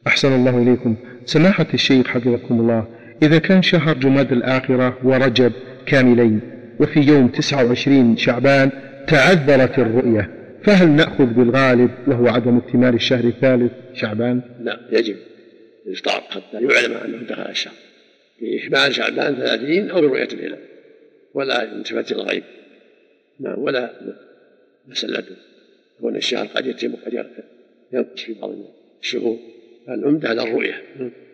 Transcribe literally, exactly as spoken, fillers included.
أحسن الله إليكم. سماحة الشيخ حفظكم الله، إذا كان شهر جماد الآخرة ورجب كاملين وفي يوم تسعة وعشرين شعبان تعذرت الرؤية، فهل نأخذ بالغالب وهو عدم اكتمال الشهر الثالث شعبان؟ لا، يجب الإفطار حتى يعلم أنه دخل الشهر بإكمال شعبان ثلاثين أو برؤية الهلال، ولا التفات الغيب. نعم، ولا مسألة كون الشهر قد يتم وقد ينقص في بعض الشهور، العمدة على الرؤية.